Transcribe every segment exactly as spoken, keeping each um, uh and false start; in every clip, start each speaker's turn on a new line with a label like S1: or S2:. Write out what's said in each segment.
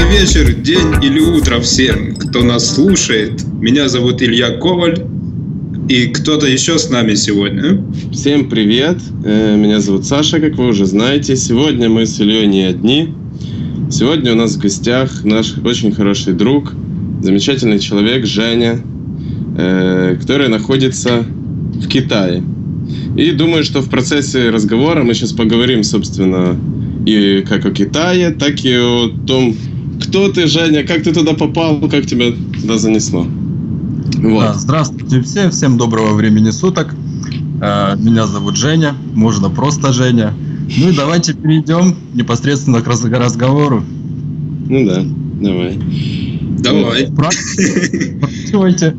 S1: вечер, день или утро всем, кто нас слушает. Меня зовут Илья Коваль. И кто-то еще с нами сегодня.
S2: Всем привет. Меня зовут Саша, как вы уже знаете. Сегодня мы с Ильей не одни. Сегодня у нас в гостях наш очень хороший друг, замечательный человек Женя, который находится в Китае. И думаю, что в процессе разговора мы сейчас поговорим, собственно, и как о Китае, так и о том, кто ты, Женя, как ты туда попал, как тебя туда занесло. Вот.
S3: Да, здравствуйте все, всем доброго времени суток. Меня зовут Женя, можно просто Женя. Ну и давайте перейдем непосредственно к разговору.
S2: Ну да, давай.
S1: Давай.
S3: Практикуйте.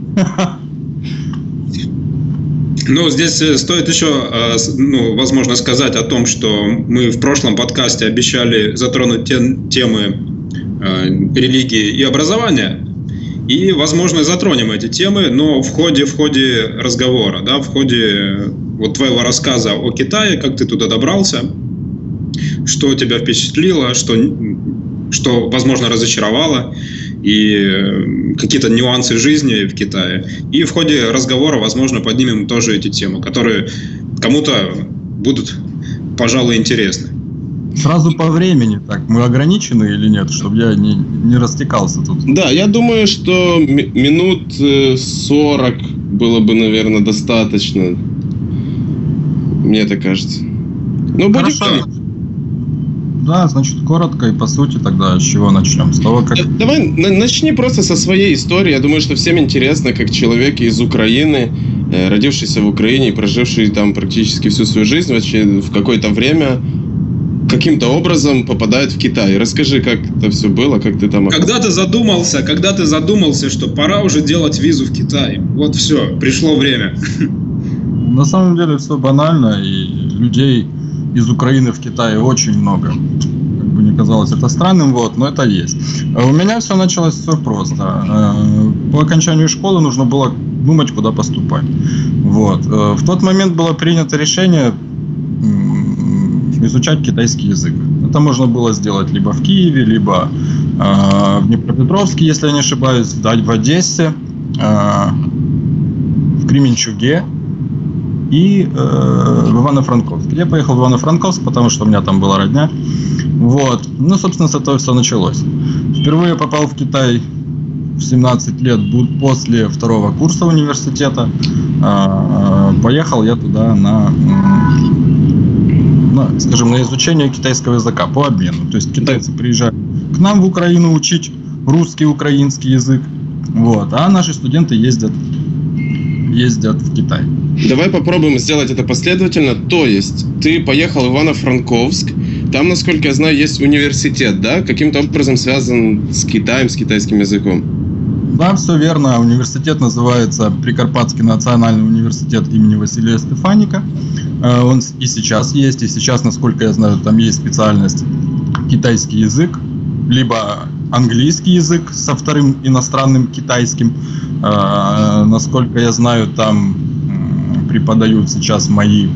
S1: Ну, здесь стоит еще, ну, возможно, сказать о том, что мы в прошлом подкасте обещали затронуть те, темы э, религии и образования. И, возможно, затронем эти темы, но в ходе, в ходе разговора, да, в ходе вот твоего рассказа о Китае, как ты туда добрался, что тебя впечатлило, что, что возможно, разочаровало, и какие-то нюансы жизни в Китае. И в ходе разговора, возможно, поднимем тоже эти темы, которые кому-то будут, пожалуй, интересны.
S3: Сразу по времени, так, мы ограничены или нет, чтобы я не, не растекался тут?
S2: Да, я думаю, что ми- минут сорок было бы, наверное, достаточно. Мне так кажется. Ну, будем там.
S3: Да, значит, коротко и по сути тогда с чего начнем? С того, как...
S2: Давай начни просто со своей истории. Я думаю, что всем интересно, как человек из Украины, родившийся в Украине и проживший там практически всю свою жизнь, вообще в какое-то время каким-то образом попадает в Китай. Расскажи, как это все было, как ты там...
S1: Когда ты задумался, когда ты задумался, что пора уже делать визу в Китай. Вот все, пришло время.
S3: На самом деле все банально, и людей из Украины в Китае очень много. Как бы не казалось это странным, вот, но это есть. У меня все началось все просто. По окончанию школы нужно было думать, куда поступать. Вот. В тот момент было принято решение изучать китайский язык. Это можно было сделать либо в Киеве, либо э, в Днепропетровске, если я не ошибаюсь, в Одессе, э, в Кременчуге и э, в Ивано-Франковске. Я поехал в Ивано-Франковск, потому что у меня там была родня. Вот. Ну, собственно, с этого все началось. Впервые попал в Китай в семнадцать лет после второго курса университета. Э, э, поехал я туда на... На, скажем, на изучение китайского языка по обмену. То есть китайцы приезжают к нам в Украину учить русский, украинский язык, вот, а наши студенты ездят, ездят в Китай.
S2: Давай попробуем сделать это последовательно. То есть ты поехал в Ивано-Франковск, там, насколько я знаю, есть университет, да? Каким-то образом связан с Китаем, с китайским языком.
S3: Да, все верно. Университет называется Прикарпатский национальный университет имени Василия Стефаника. Он и сейчас есть, и сейчас, насколько я знаю, там есть специальность китайский язык, либо английский язык со вторым иностранным китайским. Насколько я знаю, там преподают сейчас мои,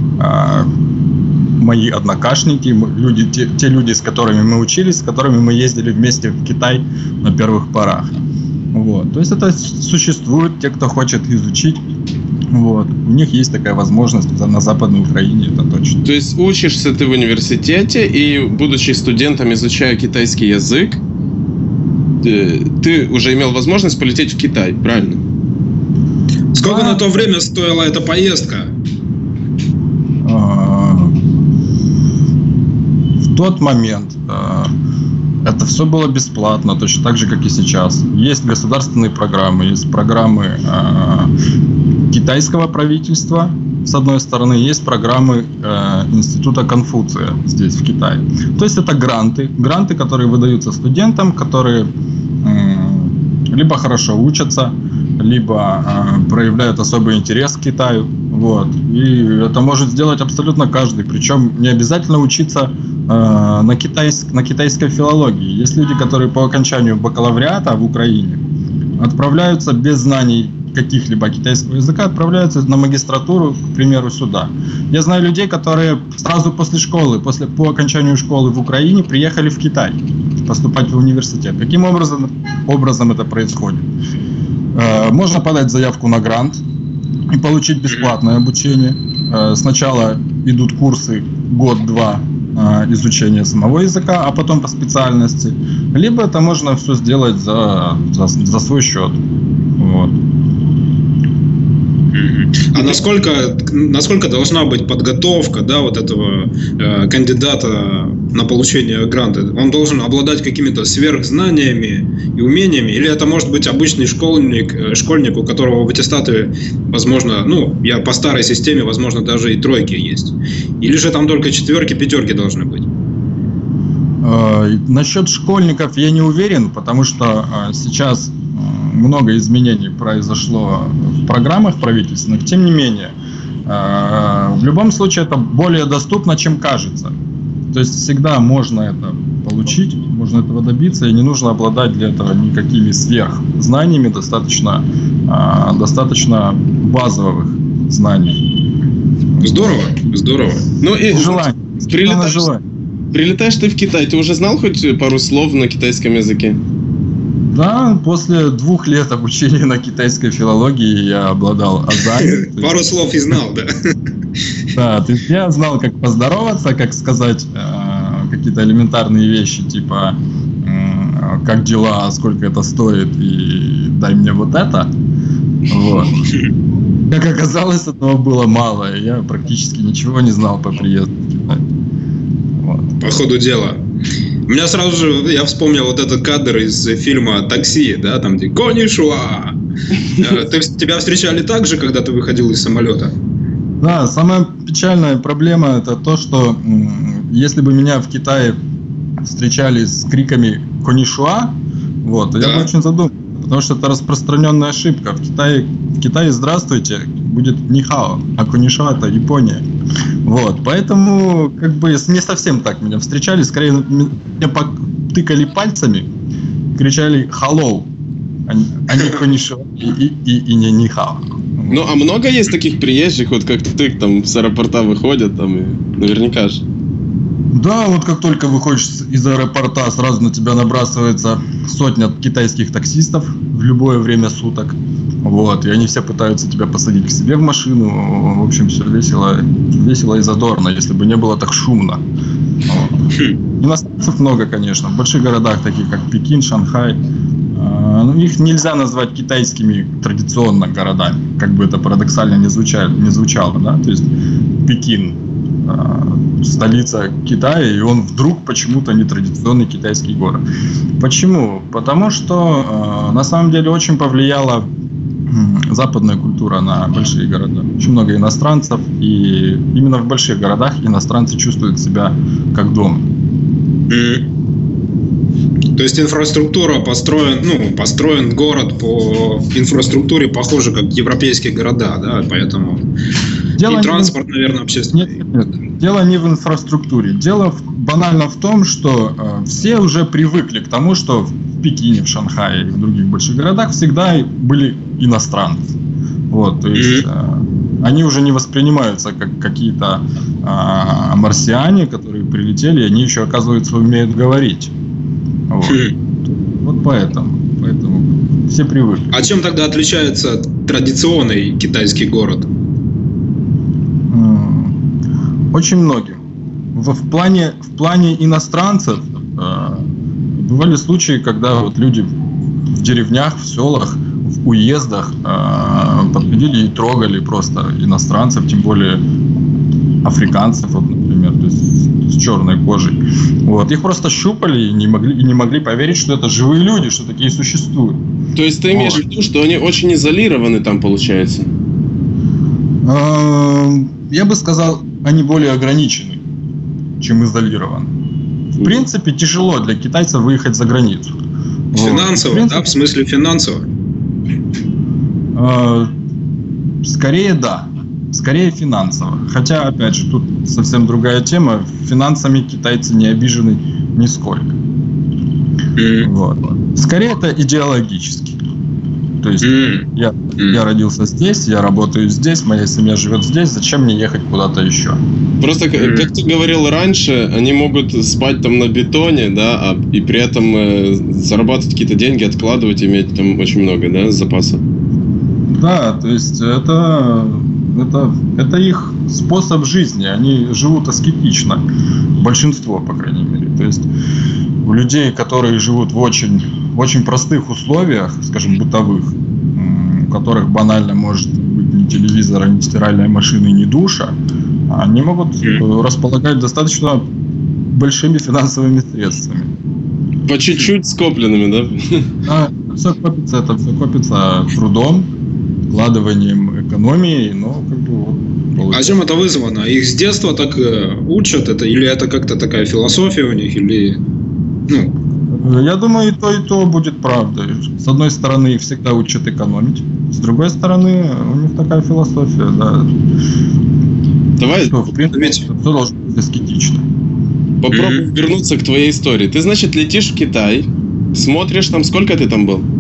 S3: мои однокашники, люди, те, те люди, с которыми мы учились, с которыми мы ездили вместе в Китай на первых порах. Вот. То есть это существует, те, кто хочет изучить, вот. У них есть такая возможность на Западной Украине, это точно.
S2: То есть учишься ты в университете и, будучи студентом, изучая китайский язык, ты, ты уже имел возможность полететь в Китай, правильно?
S1: Сколько а... на то время стоила эта поездка?
S3: А... В тот момент... А... Это все было бесплатно, точно так же, как и сейчас. Есть государственные программы, есть программы э, китайского правительства, с одной стороны, есть программы э, Института Конфуция здесь, в Китае. То есть это гранты, гранты, которые выдаются студентам, которые э, либо хорошо учатся, либо э, проявляют особый интерес к Китаю. Вот. И это может сделать абсолютно каждый, причем не обязательно учиться э, на, китайск, на китайской филологии. Есть люди, которые по окончанию бакалавриата в Украине отправляются без знаний каких-либо китайского языка, отправляются на магистратуру, к примеру, сюда. Я знаю людей, которые сразу после школы, после, по окончанию школы в Украине приехали в Китай. поступать в университет. Каким образом, образом это происходит? Можно подать заявку на грант и получить бесплатное обучение. Сначала идут курсы год-два изучения самого языка, а потом по специальности. Либо это можно все сделать за, за, за свой счет. Вот.
S1: А насколько, насколько должна быть подготовка, да, вот этого э, кандидата на получение гранта? Он должен обладать какими-то сверхзнаниями и умениями? Или это может быть обычный школьник, э, школьник, у которого в аттестате, возможно, ну, я по старой системе, возможно, даже и тройки есть? Или же там только четверки, пятерки должны быть?
S3: Насчет школьников я не уверен, потому что сейчас много изменений произошло в программах правительственных. Тем не менее, в любом случае это более доступно, чем кажется. То есть всегда можно это получить, можно этого добиться, и не нужно обладать для этого никакими сверхзнаниями, достаточно, достаточно базовых знаний.
S1: Здорово, здорово.
S2: Ну и
S3: желание.
S2: Прилетаешь, прилетаешь ты в Китай, ты уже знал хоть пару слов на китайском языке?
S3: Да, после двух лет обучения на китайской филологии я обладал азами.
S1: Пару слов и знал, да?
S3: Да, то есть я знал, как поздороваться, как сказать э, какие-то элементарные вещи, типа э, как дела, сколько это стоит и дай мне вот это. Вот. Как оказалось, этого было мало, и я практически ничего не знал по приезду в Китай. Вот.
S1: По ходу дела. У меня сразу же, я вспомнил вот этот кадр из фильма «Такси», да, там где «Конишуа». Тебя встречали так же, когда ты выходил из самолета?
S3: Да, самая печальная проблема это то, что если бы меня в Китае встречали с криками «Конишуа», вот, да. Я бы очень задумался, потому что это распространенная ошибка. В Китае, в Китае «Здравствуйте» будет «Нихао», а «Конишуа» это Япония. Вот, поэтому как бы не совсем так меня встречали, скорее меня потыкали пальцами, кричали «Hello», а не «Конишуа» и, и, и не «Нихао».
S2: Ну, а много есть таких приезжих, вот как ты, там с аэропорта выходят, там, и наверняка же.
S3: Да, вот как только выходишь из аэропорта, сразу на тебя набрасывается сотня китайских таксистов в любое время суток. Вот, и они все пытаются тебя посадить к себе в машину. В общем, все весело, весело и задорно, если бы не было так шумно. Вот. Иностранцев много, конечно, в больших городах, таких как Пекин, Шанхай. Но их нельзя назвать китайскими традиционно городами, как бы это парадоксально не звучало, не звучало, да? То есть Пекин э, столица Китая, и он вдруг почему-то не традиционный китайский город. Почему? Потому что э, на самом деле очень повлияла э, западная культура на большие города. Очень много иностранцев, и именно в больших городах иностранцы чувствуют себя как дома.
S1: То есть инфраструктура построен, ну, построен город по инфраструктуре похоже, как европейские города, да, поэтому дело и транспорт, в... наверное, общественный.
S3: Нет, нет, дело не в инфраструктуре. Дело в, банально в том, что э, все уже привыкли к тому, что в Пекине, в Шанхае и в других больших городах всегда были иностранцы. Вот, то есть mm-hmm. э, они уже не воспринимаются как какие-то э, марсиане, которые прилетели, и они еще, оказывается, умеют говорить. Вот. Mm. вот поэтому, поэтому все привыкли.
S1: А чем тогда отличается традиционный китайский город?
S3: Очень многим. В, в, плане, в плане иностранцев э, бывали случаи, когда вот люди в деревнях, в селах, в уездах э, подходили и трогали просто иностранцев, тем более африканцев, вот, например, то есть с черной кожей. Вот. Их просто щупали и не могли, и не могли поверить, что это живые люди, что такие существуют.
S2: То есть ты имеешь в виду, что они очень изолированы там, получается?
S3: Я бы сказал, они более ограничены, чем изолированы. В принципе, тяжело для китайцев выехать за границу.
S1: Финансово, вот. В принципе, да? В смысле финансово?
S3: Скорее, да. Скорее финансово. Хотя, опять же, тут совсем другая тема. Финансами китайцы не обижены нисколько. Mm-hmm. Вот. Скорее это идеологически. То есть mm. я, mm. я родился здесь, я работаю здесь, моя семья живет здесь, зачем мне ехать куда-то еще?
S2: Просто, mm. как ты говорил раньше, они могут спать там на бетоне, да, а, и при этом э, зарабатывать какие-то деньги, откладывать, иметь там очень много, да, запаса.
S3: Да, то есть это, это, это их способ жизни, они живут аскетично, большинство, по крайней мере. То есть у людей, которые живут в очень, в очень простых условиях, скажем, бытовых, у которых банально может быть ни телевизора, ни стиральной машины, ни душа, они могут располагать достаточно большими финансовыми средствами.
S2: По чуть-чуть скопленными, да?
S3: Да, все копится, это все копится трудом, вкладыванием экономии, но как бы вот.
S1: А чем это вызвано? Их с детства так э, учат это, или это как-то такая философия у них, или ну?
S3: Я думаю, и то, и то будет правдой. С одной стороны, их всегда учат экономить, с другой стороны, у них такая философия, да.
S2: Давай,
S3: что, в принципе, все должно быть аскетично.
S2: Попробуй mm-hmm. вернуться к твоей истории. Ты, значит, летишь в Китай, смотришь там, сколько ты там был?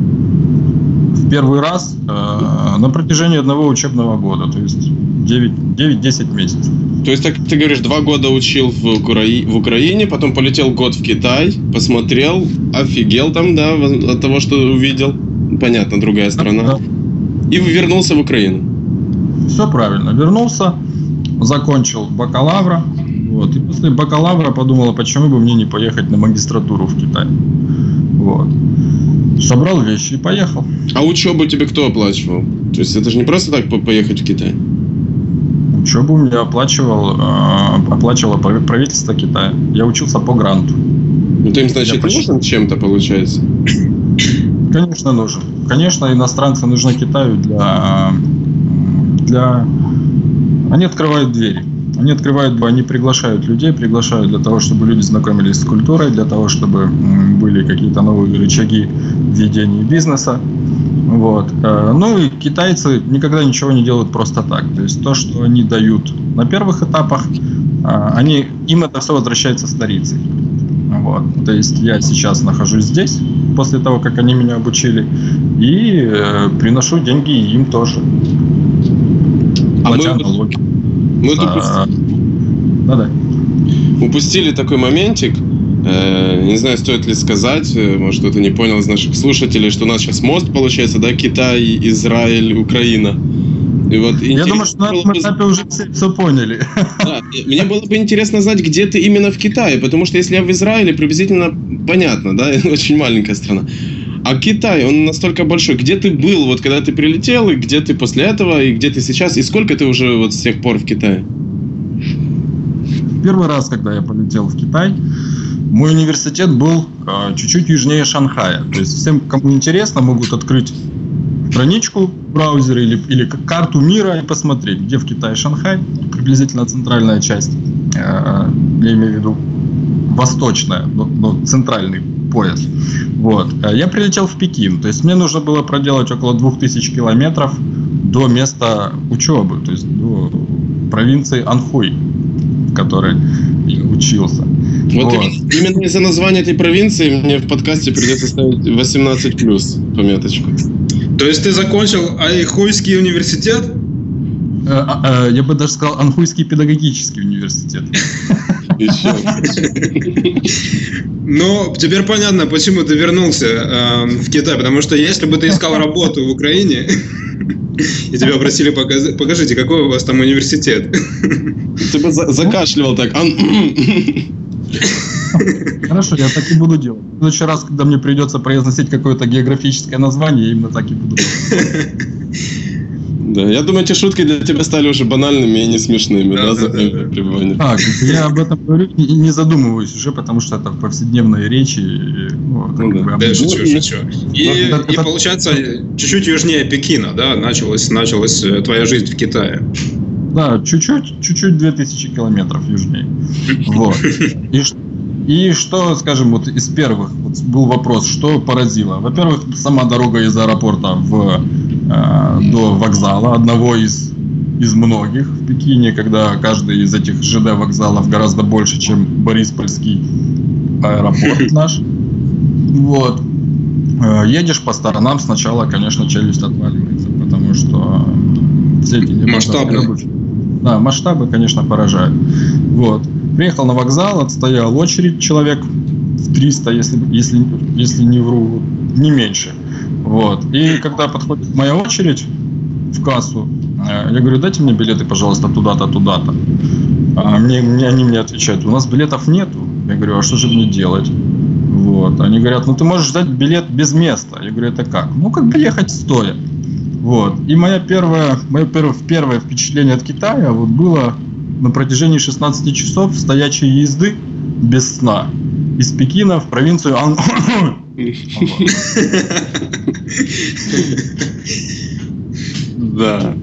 S3: В первый раз э, на протяжении одного учебного года, то есть девять-десять месяцев.
S2: То есть, так ты говоришь, два года учил в, Укра... в Украине, потом полетел год в Китай, посмотрел, офигел там, да, от того, что увидел. Понятно, другая страна. Да. И вернулся в Украину.
S3: Все правильно. Вернулся, закончил бакалавра. Вот, и после бакалавра подумала, почему бы мне не поехать на магистратуру в Китай. Вот. Собрал вещи и поехал.
S2: А учебу тебе кто оплачивал? То есть это же не просто так поехать в Китай?
S3: Учебу мне оплачивал, э, оплачивало правительство Китая. Я учился по гранту.
S2: Ну ты им, значит, я нужен почти... чем-то, получается?
S3: Конечно, нужен. Конечно, иностранцы нужны Китаю для... для... Они открывают двери. Они открывают, они приглашают людей, приглашают для того, чтобы люди знакомились с культурой, для того, чтобы были какие-то новые рычаги ведения бизнеса. Вот. Ну и китайцы никогда ничего не делают просто так. То есть то, что они дают на первых этапах, они, им это все возвращается старицей. Вот. То есть я сейчас нахожусь здесь, после того, как они меня обучили, и э, приношу деньги им тоже. Платя налоги.
S2: Мы а,
S3: да-да.
S2: упустили такой моментик. Э, не знаю, стоит ли сказать, может, кто-то не понял из наших слушателей, что у нас сейчас мост получается, да, Китай, Израиль, Украина. И вот
S3: я думаю, что на этом этапе уже все, все поняли.
S2: Да, мне было бы интересно знать, где ты именно в Китае, потому что если я в Израиле, приблизительно понятно, да, очень маленькая страна. А Китай, он настолько большой. Где ты был, вот когда ты прилетел, и где ты после этого, и где ты сейчас, и сколько ты уже вот с тех пор в Китае?
S3: Первый раз, когда я полетел в Китай, мой университет был э, чуть-чуть южнее Шанхая. То есть всем, кому интересно, могут открыть страничку в браузере или, или карту мира и посмотреть, где в Китае Шанхай, приблизительно центральная часть, э, я имею в виду восточная, но, но центральный пояс. Вот. Я прилетел в Пекин, то есть мне нужно было проделать около двух тысяч километров до места учебы, то есть до провинции Анхуй, в которой я учился.
S2: Вот, вот. Именно, именно из-за названия этой провинции мне в подкасте придется ставить восемнадцать плюс пометочку.
S1: То есть ты закончил Анхуйский университет?
S3: Я бы даже сказал Анхуйский педагогический университет.
S1: Ну, теперь понятно, почему ты вернулся э, в Китай. Потому что если бы ты искал работу в Украине, и тебя просили, показ... покажите, какой у вас там университет.
S2: Ты бы за- закашливал так.
S3: Хорошо, я так и буду делать. В следующий раз, когда мне придется произносить какое-то географическое название, я именно так и буду делать.
S2: Да, я думаю, эти шутки для тебя стали уже банальными и не смешными, да, да, за да, да. пребывание.
S3: Так, я об этом говорю и не задумываюсь уже, потому что это в повседневной речи. Ну,
S1: ну, да, да, шучу, шучу. И, это, и это... получается, чуть-чуть южнее Пекина, да, началась, началась твоя жизнь в Китае.
S3: Да, чуть-чуть, чуть-чуть две тысячи километров южнее. Вот. И, и что, скажем, вот из первых вот был вопрос, что поразило. Во-первых, сама дорога из аэропорта в, э, до вокзала, одного из, из многих в Пекине, когда каждый из этих ЖД вокзалов гораздо больше, чем Бориспольский аэропорт наш. Вот. едешь по сторонам, сначала, конечно, челюсть отваливается, потому что все эти
S1: масштабы.
S3: Да, масштабы, конечно, поражают. Вот. Приехал на вокзал, отстоял очередь человек в триста, если, если, если не вру, не меньше. Вот. И когда подходит моя очередь в кассу, я говорю, дайте мне билеты, пожалуйста, туда-то, туда-то. А мне, мне, они мне отвечают, у нас билетов нету. Я говорю, а что же мне делать? Вот. Они говорят, ну ты можешь ждать билет без места. Я говорю, это как? Ну как бы ехать стоя. Вот. И моя первое, мое первое, первое впечатление от Китая вот было на протяжении шестнадцати часов стоячей езды без сна из Пекина в провинцию Ан...
S2: Да.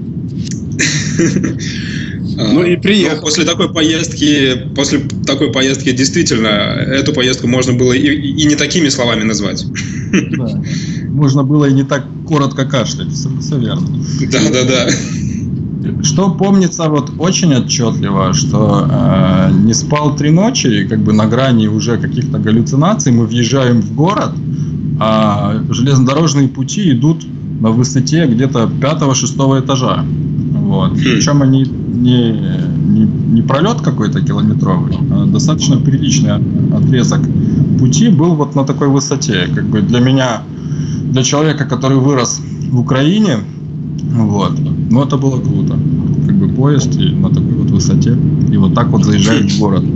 S2: Ну и приехал.
S1: Ну, после такой поездки, после такой поездки действительно эту поездку можно было и, и не такими словами назвать.
S3: Да. Можно было и не так коротко кашлять, все, все верно.
S1: Да, да, да.
S3: Что помнится вот очень отчетливо, что э, не спал три ночи, как бы на грани уже каких-то галлюцинаций, мы въезжаем в город, а железнодорожные пути идут на высоте где-то пятого-шестого этажа. Вот. Причем они не, не, не пролет какой-то километровый, а достаточно приличный отрезок пути был вот на такой высоте. Как бы для меня, для человека, который вырос в Украине, вот, ну это было круто. Как бы поезд и на такой вот высоте. И вот так вот заезжает в город.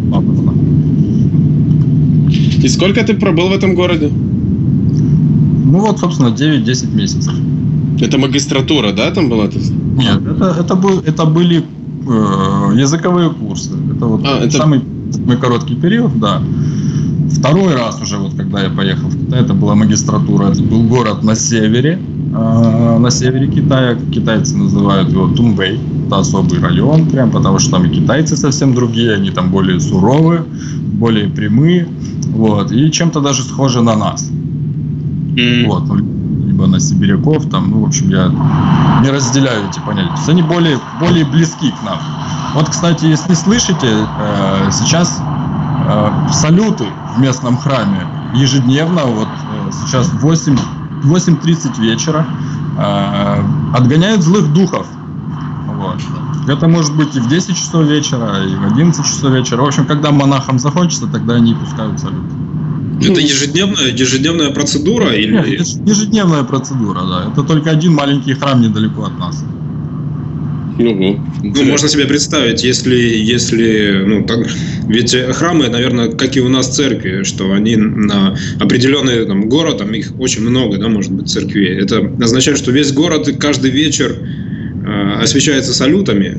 S2: И сколько ты пробыл в этом городе?
S3: Ну вот, собственно, девять-десять месяцев.
S2: Это магистратура, да, там была?
S3: Нет, это, это, был, это были э, языковые курсы. Это вот а, это... самый, самый короткий период, да. Второй раз уже, вот когда я поехал в Китай, это была магистратура. Это был город на севере, э, на севере Китая. Китайцы называют его Тунбэй. Это особый район, прям потому что там и китайцы совсем другие, они там более суровые, более прямые. Вот, и чем-то даже схожи на нас. Mm. Вот, либо на сибиряков, там, ну, в общем, я не разделяю эти понятия. То есть они более, более близки к нам. Вот, кстати, если слышите, э, сейчас э, салюты в местном храме ежедневно, вот э, сейчас в восемь тридцать вечера, э, отгоняют злых духов. Вот. Это может быть и в десять часов вечера, и в одиннадцать часов вечера. В общем, когда монахам захочется, тогда они пускают салют.
S1: Это ежедневная, ежедневная процедура? Или...
S3: Нет, это ежедневная процедура, да. Это только один маленький храм недалеко от нас.
S1: Ну, ну можно себе представить, если, если ну, так, ведь храмы, наверное, как и у нас церкви, что они на определенный там, город, там их очень много, да, может быть, церквей. Это означает, что весь город каждый вечер э, освещается салютами?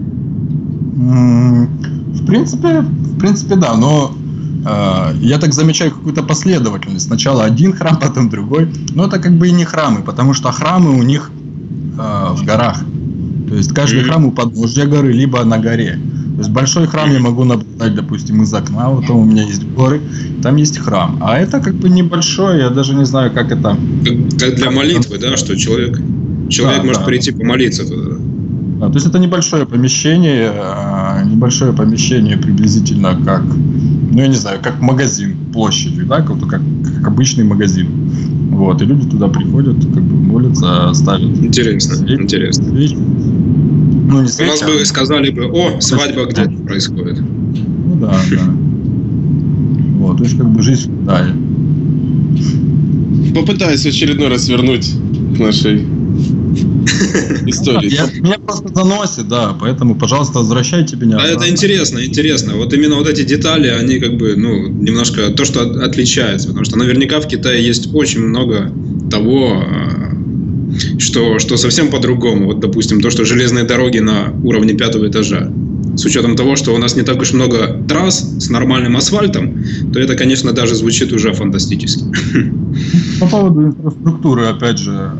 S3: В принципе, в принципе, да, но э, я так замечаю какую-то последовательность. Сначала один храм, потом другой. Но это как бы и не храмы, потому что храмы у них э, в горах. То есть каждый mm-hmm. храм у подножья горы, либо на горе. То есть большой храм я могу наблюдать, допустим, из окна, вот там у меня есть горы, там есть храм. А это как бы небольшой, я даже не знаю, как это...
S1: Как для молитвы, да, что человек, человек да, может да. прийти помолиться туда.
S3: Да, то есть это небольшое помещение, небольшое помещение приблизительно как, ну я не знаю, как магазин площадью, да, как, как, как обычный магазин. Вот, и люди туда приходят, как бы молятся, ставят.
S1: Интересно, свечи, интересно.
S3: Свечи. Ну, не свечи,
S1: у нас бы сказали бы, о, свадьба где-то происходит.
S3: Ну да, да. Вот, то есть как бы жизнь в Китае.
S2: Попытаюсь в очередной раз вернуть к нашей истории.
S3: Я, меня просто заносит, да, поэтому, пожалуйста, возвращайте меня.
S1: А это интересно, интересно. Вот именно вот эти детали, они как бы, ну, немножко то, что отличается. Потому что наверняка в Китае есть очень много того, что, что совсем по-другому. Вот, допустим, то, что железные дороги на уровне пятого этажа. С учетом того, что у нас не так уж много трасс с нормальным асфальтом, то это, конечно, даже звучит уже фантастически.
S3: По поводу инфраструктуры, опять же,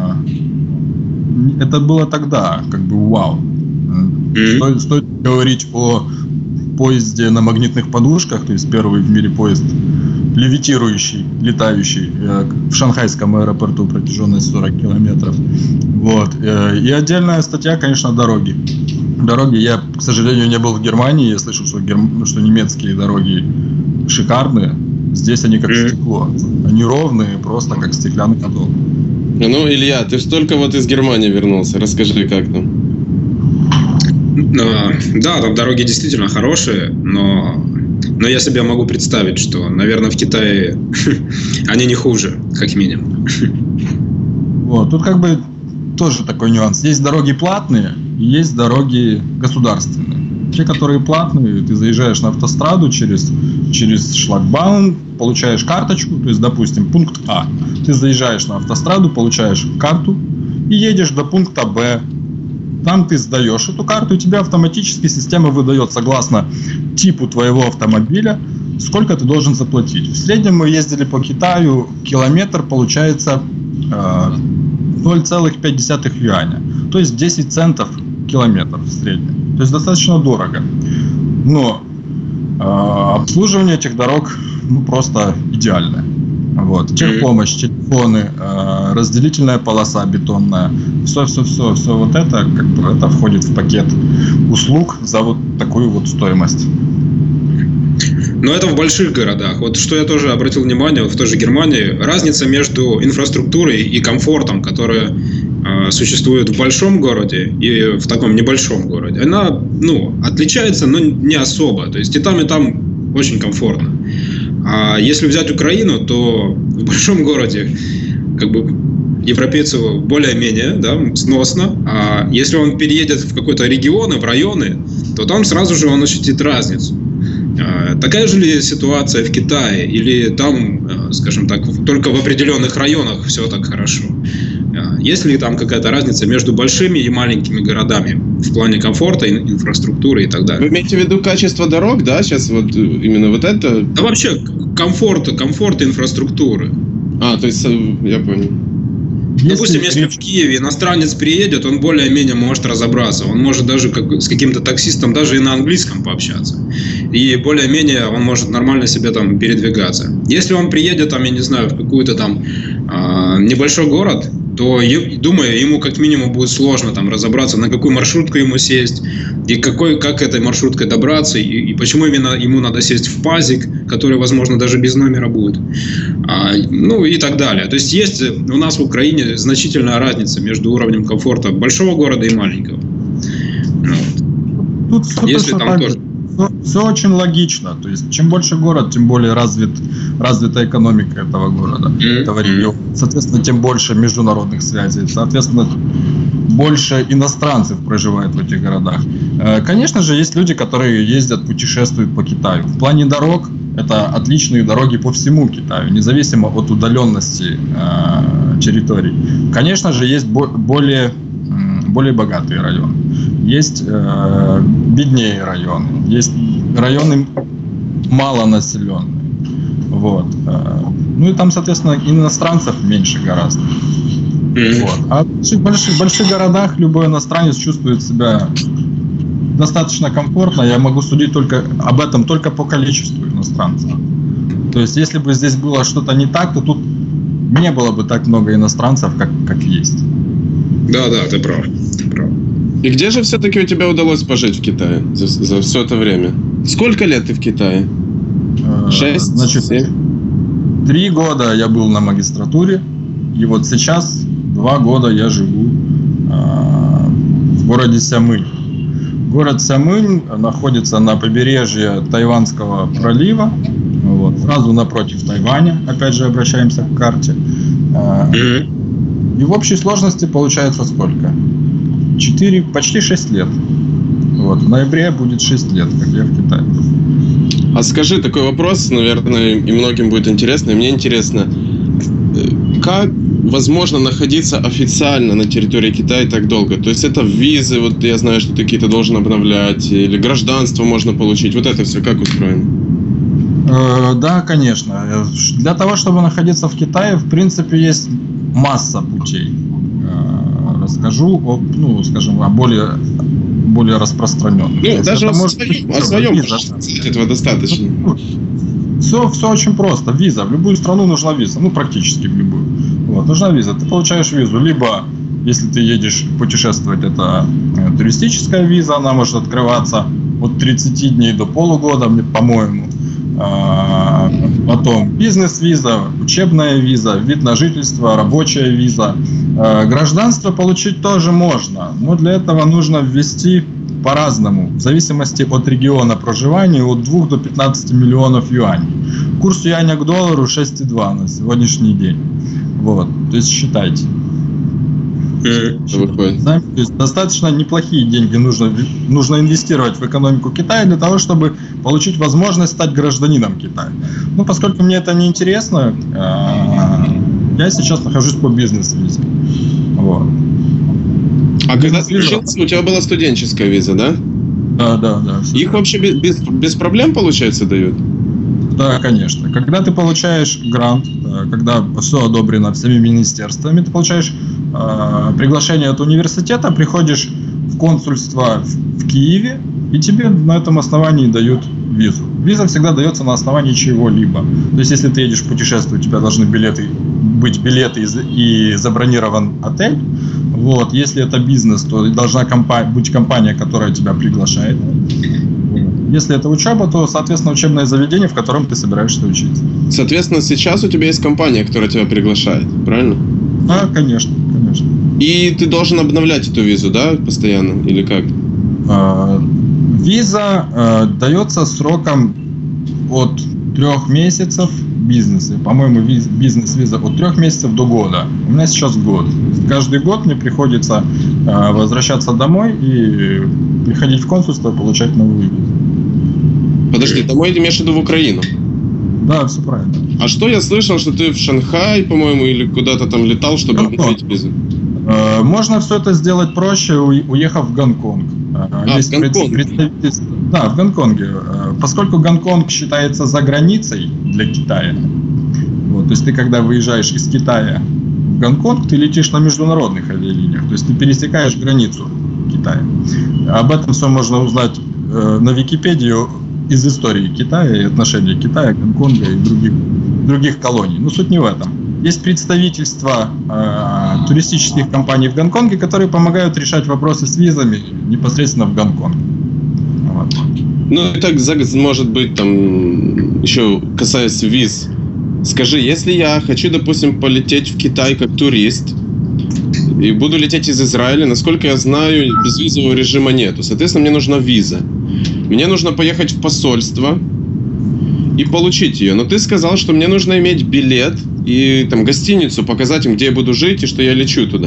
S3: это было тогда, как бы вау. Mm-hmm. Стоит, стоит говорить о поезде на магнитных подушках, то есть первый в мире поезд левитирующий, летающий в шанхайском аэропорту, протяженность сорок километров. Вот. И отдельная статья, конечно, дороги. Дороги, я, к сожалению, не был в Германии, я слышал, что, герм... что немецкие дороги шикарные, Здесь они как mm. стекло. Они ровные, просто как стеклянный подол.
S2: Ну, Илья, ты ж только вот из Германии вернулся. Расскажи, как там?
S1: Да, там дороги действительно хорошие, но, но я себе могу представить, что, наверное, в Китае они не хуже, как минимум.
S3: Вот, тут как бы тоже такой нюанс. Есть дороги платные, и есть дороги государственные. Те, которые платные, ты заезжаешь на автостраду через, через шлагбаум, получаешь карточку, то есть, допустим, пункт А. Ты заезжаешь на автостраду, получаешь карту и едешь до пункта Б. Там ты сдаешь эту карту, и тебе автоматически система выдает, согласно типу твоего автомобиля, сколько ты должен заплатить. В среднем мы ездили по Китаю, километр получается э, ноль целых пять десятых юаня, то есть десять центов километр в среднем. То есть достаточно дорого. Но э, обслуживание этих дорог ну, просто идеальное. Вот. Техпомощь, телефоны, э, разделительная полоса бетонная. Все-все-все, все вот это, как бы, это входит в пакет услуг за вот такую вот стоимость.
S1: Но это в больших городах. Вот что я тоже обратил внимание, вот в той же Германии, разница между инфраструктурой и комфортом, которая э, существует в большом городе и в таком небольшом городе, она, ну, отличается, но не особо. То есть и там, и там очень комфортно. А если взять Украину, то в большом городе как бы европейцу более-менее, да, сносно. А если он переедет в какой-то регион, в районы, то там сразу же он ощутит разницу. Такая же ли ситуация в Китае? Или там, скажем так, только в определенных районах все так хорошо? Есть ли там какая-то разница между большими и маленькими городами в плане комфорта, инфраструктуры и так далее?
S2: Вы имеете в виду качество дорог, да? Сейчас вот именно вот это?
S1: Да вообще комфорт, комфорт инфраструктуры.
S2: А, то есть я понял.
S1: Допустим, если в Киеве иностранец приедет, он более-менее может разобраться. Он может даже как, с каким-то таксистом даже и на английском пообщаться. И более-менее он может нормально себе там передвигаться. Если он приедет, там, я не знаю, в какой-то там э, небольшой город, то, думаю, ему как минимум будет сложно там разобраться, на какую маршрутку ему сесть, и какой, как этой маршруткой добраться, и, и почему именно ему надо сесть в пазик, который, возможно, даже без номера будет, а, ну и так далее. То есть есть у нас в Украине значительная разница между уровнем комфорта большого города и маленького. Вот.
S3: Тут все, Если там тоже... все, все очень логично. То есть чем больше город, тем более развит, развита экономика этого города, mm-hmm. этого региона. Соответственно, тем больше международных связей. Соответственно, больше иностранцев проживает в этих городах. Конечно же, есть люди, которые ездят, путешествуют по Китаю. В плане дорог это отличные дороги по всему Китаю, независимо от удаленности э, территорий. Конечно же, есть бо- более, э, более богатые районы. Есть э, беднее районы. Есть районы малонаселенные. Вот. Ну и там, соответственно, иностранцев меньше гораздо. Вот. А в больших, больших городах любой иностранец чувствует себя достаточно комфортно. Я могу судить только об этом только по количеству иностранцев. То есть, если бы здесь было что-то не так, то тут не было бы так много иностранцев, как, как есть.
S1: Да, да, ты прав. Ты прав.
S2: И где же все-таки у тебя удалось пожить в Китае за, за все это время? Сколько лет ты в Китае? Шесть?
S3: Значит,
S2: семь?
S3: Три года я был на магистратуре, и вот сейчас два года я живу э, в городе Сямынь. Город Сямынь находится на побережье Тайванского пролива, вот, сразу напротив Тайваня, опять же обращаемся к карте. Э, и в общей сложности получается сколько? Четыре, почти шесть лет. Вот, в ноябре будет шесть лет, как я в Китае.
S2: А скажи, такой вопрос, наверное, и многим будет интересно, и мне интересно, как возможно находиться официально на территории Китая так долго? То есть это визы, вот я знаю, что ты какие-то должен обновлять, или гражданство можно получить, вот это все как устроено?
S3: Э, да, конечно. Для того, чтобы находиться в Китае, в принципе, есть масса путей. Э, расскажу о, ну, скажем, о более... более распространенных.
S2: Ну, даже о своем, о своем этого достаточно.
S3: Все, все очень просто. Виза. В любую страну нужна виза. Ну, практически в любую. Вот, нужна виза. Ты получаешь визу. Либо, если ты едешь путешествовать, это туристическая виза. Она может открываться от тридцати дней до полугода, по-моему. потом бизнес-виза, учебная виза, вид на жительство, рабочая виза. Гражданство получить тоже можно, но для этого нужно ввести по-разному, в зависимости от региона проживания, от двух до пятнадцати миллионов юаней. Курс юаня к доллару шесть целых два на сегодняшний день. Вот, то есть считайте. То есть достаточно неплохие деньги нужно, нужно инвестировать в экономику Китая для того, чтобы получить возможность стать гражданином Китая. Ну, поскольку мне это не интересно, я сейчас нахожусь по бизнес-визе. Вот.
S2: А когда ты учился, у тебя была студенческая виза, да?
S3: Да, да, да.
S2: Их вообще без, без проблем, получается, дают?
S3: Да, конечно. Когда ты получаешь грант, когда все одобрено всеми министерствами, ты получаешь э, приглашение от университета, приходишь в консульство в, в Киеве, и тебе на этом основании дают визу. Виза всегда дается на основании чего-либо. То есть, если ты едешь в путешествие, у тебя должны билеты, быть билеты и, и забронирован отель. Вот. Если это бизнес, то должна компа- быть компания, которая тебя приглашает. Если это учеба, то, соответственно, учебное заведение, в котором ты собираешься учиться.
S2: Соответственно, сейчас у тебя есть компания, которая тебя приглашает, правильно?
S3: Да, конечно, конечно.
S2: И ты должен обновлять эту визу, да, постоянно, или как?
S3: А, виза а, дается сроком от трех месяцев бизнеса. По-моему, виз, бизнес-виза от трех месяцев до года. У меня сейчас год. Каждый год мне приходится а, возвращаться домой и приходить в консульство и получать новую визу.
S2: Подожди, домой ты имеешь в виду в Украину?
S3: Да, все правильно.
S2: А что я слышал, что ты в Шанхай, по-моему, или куда-то там летал, чтобы обновить визу?
S3: Можно все это сделать проще, уехав в Гонконг.
S2: А, Есть в Гонконге?
S3: Представительство... Да, в Гонконге. Поскольку Гонконг считается за границей для Китая, вот, то есть ты, когда выезжаешь из Китая в Гонконг, ты летишь на международных авиалиниях, то есть ты пересекаешь границу Китая. Об этом все можно узнать на Википедии из истории Китая и отношения Китая, Гонконга и других, других колоний. Но суть не в этом. Есть представительства э, туристических компаний в Гонконге, которые помогают решать вопросы с визами непосредственно в Гонконге. Вот.
S2: Ну, и так, может быть, там, еще касаясь виз. Скажи, если я хочу, допустим, полететь в Китай как турист, и буду лететь из Израиля, насколько я знаю, безвизового режима нету. Соответственно, мне нужна виза. Мне нужно поехать в посольство и получить ее. Но ты сказал, что мне нужно иметь билет и там гостиницу, показать им, где я буду жить и что я лечу туда.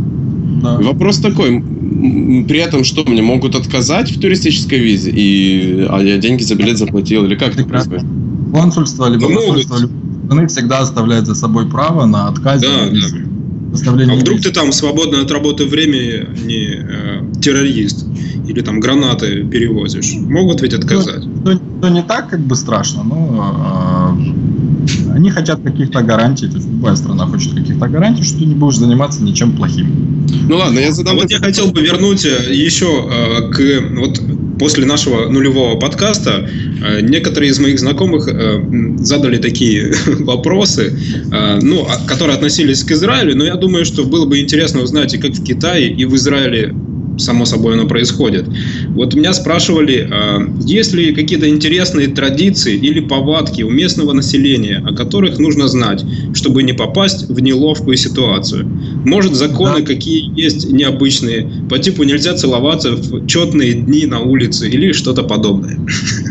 S2: Да. Вопрос такой. При этом что, мне могут отказать в туристической визе? И, а я деньги за билет заплатил? Или как это происходит?
S3: Консульство, либо посольство страны всегда оставляет за собой право на отказ.
S1: Да, да. А вдруг ты там свободное от работы время не э, террорист или там гранаты перевозишь? Могут ведь отказать?
S3: Ну, то, то не так как бы страшно, но э, они хотят каких-то гарантий, то есть любая страна хочет каких-то гарантий, что ты не будешь заниматься ничем плохим.
S2: Ну ладно, я задам...
S1: А вот я хотел бы вернуть еще э, к... Вот после нашего нулевого подкаста э, некоторые из моих знакомых э, задали такие вопросы, э, ну, которые относились к Израилю, но я думаю, что было бы интересно узнать и как в Китае, и в Израиле, само собой, оно происходит. Вот меня спрашивали, э, есть ли какие-то интересные традиции или повадки у местного населения, о которых нужно знать, чтобы не попасть в неловкую ситуацию. Может, законы да. какие есть необычные, по типу нельзя целоваться в четные дни на улице или что-то подобное.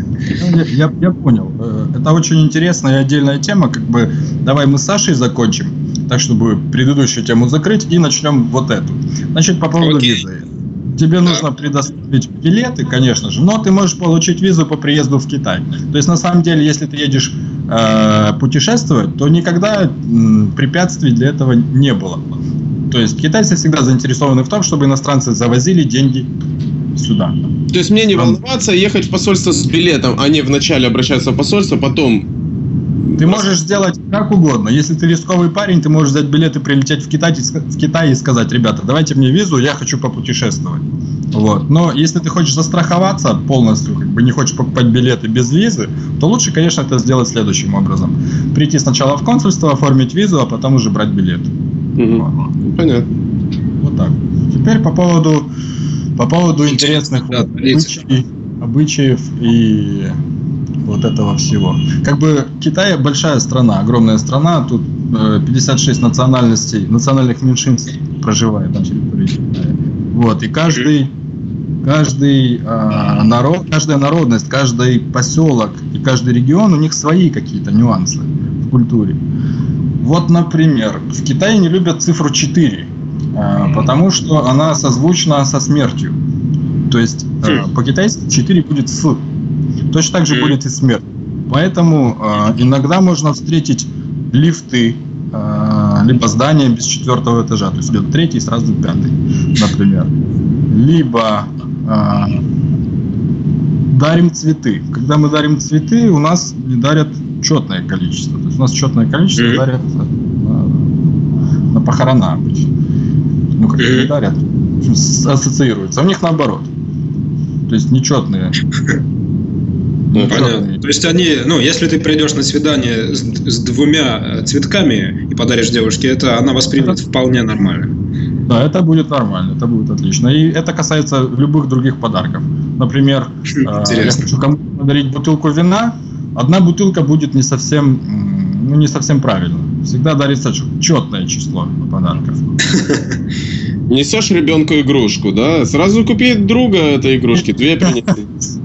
S3: Я, я понял. Это очень интересная и отдельная тема. Как бы, давай мы с Сашей закончим, так чтобы предыдущую тему закрыть, и начнем вот эту. Значит, по поводу Окей. визы. Тебе да. нужно предоставить билеты, конечно же, но ты можешь получить визу по приезду в Китай. То есть, на самом деле, если ты едешь э, путешествовать, то никогда э, препятствий для этого не было. То есть, китайцы всегда заинтересованы в том, чтобы иностранцы завозили деньги сюда.
S2: То есть, мне не волноваться, ехать в посольство с билетом, а не вначале обращаться в посольство, потом...
S3: Ты можешь сделать как угодно. Если ты рисковый парень, ты можешь взять билет и прилететь в Китай, в Китай и сказать: ребята, давайте мне визу, я хочу попутешествовать. Вот. Но если ты хочешь застраховаться полностью, как бы не хочешь покупать билеты без визы, то лучше, конечно, это сделать следующим образом. Прийти сначала в консульство, оформить визу, а потом уже брать билет.
S2: Угу. Вот. Понятно.
S3: Вот так. Теперь по поводу, по поводу интересных да, обычаев, обычаев и вот этого всего. Как бы Китай большая страна, огромная страна, тут пятьдесят шесть национальностей, национальных меньшинств проживает на территории Китая. Вот, и каждый, каждый э, народ, каждая народность, каждый поселок и каждый регион, у них свои какие-то нюансы в культуре. Вот, например, в Китае не любят цифру четыре, э, потому что она созвучна со смертью. То есть э, по-китайски четыре будет «с». Точно так же будет и смерть. Поэтому э, иногда можно встретить лифты, э, либо здания без четвертого этажа. То есть идет третий, сразу пятый, например. Либо э, дарим цветы. Когда мы дарим цветы, у нас не дарят четное количество. То есть у нас четное количество mm-hmm. дарят на, на похорона обычно. Ну, как mm-hmm. дарят, ассоциируется. А у них наоборот. То есть нечетные.
S1: Ну, понятно. То есть они, ну, если ты придешь на свидание с, с двумя цветками и подаришь девушке, это она воспримет это... вполне нормально.
S3: Да, это будет нормально, это будет отлично. И это касается любых других подарков. Например, э, я хочу кому-то подарить бутылку вина, одна бутылка будет не совсем, ну, не совсем правильно. Всегда дарится четное число подарков.
S2: Несешь ребенку игрушку, да? Сразу купи друга этой игрушки, две принеси.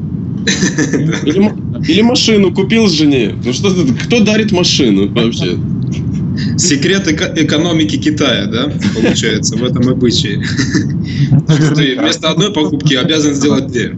S2: Или, или машину купил жене. Ну что ты, кто дарит машину вообще?
S1: Секрет эко- экономики Китая, да, получается, в этом обычае. Ты вместо одной покупки обязан сделать две.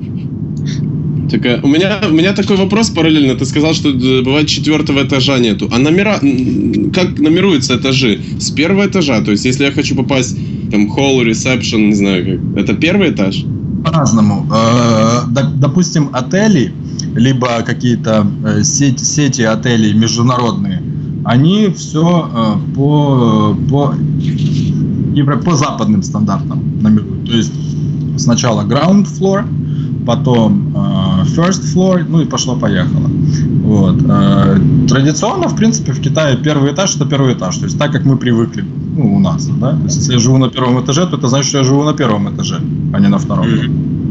S2: Так, у меня, у меня такой вопрос параллельно. Ты сказал, что бывает четвертого этажа нету. А номера, как номеруются этажи? С первого этажа? То есть, если я хочу попасть там hall, reception, не знаю, как, это первый этаж?
S3: По-разному. Допустим, отели, либо какие-то сети, сети отелей международные, они все по, по, по западным стандартам номеруют. То есть сначала ground floor, потом first floor, ну и пошло-поехало. Вот. Традиционно, в принципе, в Китае первый этаж – это первый этаж. То есть так, как мы привыкли, ну, у нас. Да? То есть если я живу на первом этаже, то это значит, что я живу на первом этаже, а не на втором. Mm-hmm.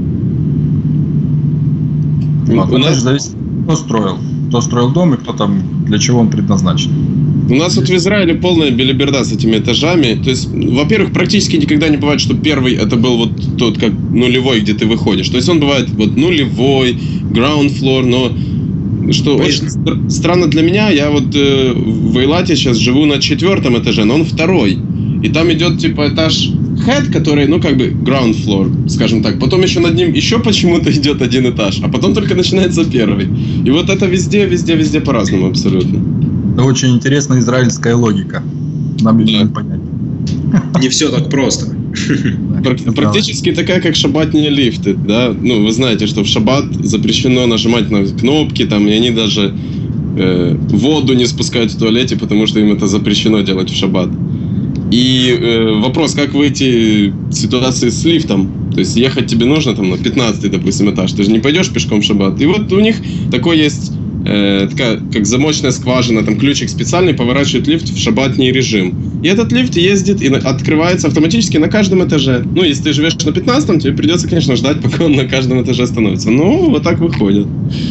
S3: Вот. У нас зависит, кто строил. Кто строил дом и кто там, для чего он предназначен.
S2: У нас вот в Израиле полная белиберда с этими этажами. То есть, во-первых, практически никогда не бывает, что первый это был вот тот, как нулевой, где ты выходишь. То есть он бывает вот нулевой, ground floor, но что очень стр- странно для меня, я вот э, в Эйлате сейчас живу на четвертом этаже, но он второй. И там идет типа этаж head, который, ну как бы ground floor, скажем так. Потом еще над ним еще почему-то идет один этаж, а потом только начинается первый. И вот это везде, везде, везде по-разному абсолютно.
S3: Это очень интересная израильская логика. Нам ее не понять.
S1: Не все так просто.
S2: Практически такая, как шаббатные лифты, да? Ну, вы знаете, что в шаббат запрещено нажимать на кнопки, там, и они даже э, воду не спускают в туалете, потому что им это запрещено делать в шаббат. И э, вопрос, как выйти в ситуации с лифтом? То есть ехать тебе нужно там на пятнадцатый, допустим, этаж, ты же не пойдешь пешком в шаббат. И вот у них такой есть, э, такая, как замочная скважина, там ключик специальный, поворачивает лифт в шаббатний режим. И этот лифт ездит и открывается автоматически на каждом этаже. Ну, если ты живешь на пятнадцатом, тебе придется, конечно, ждать, пока он на каждом этаже становится. Ну, вот так выходит.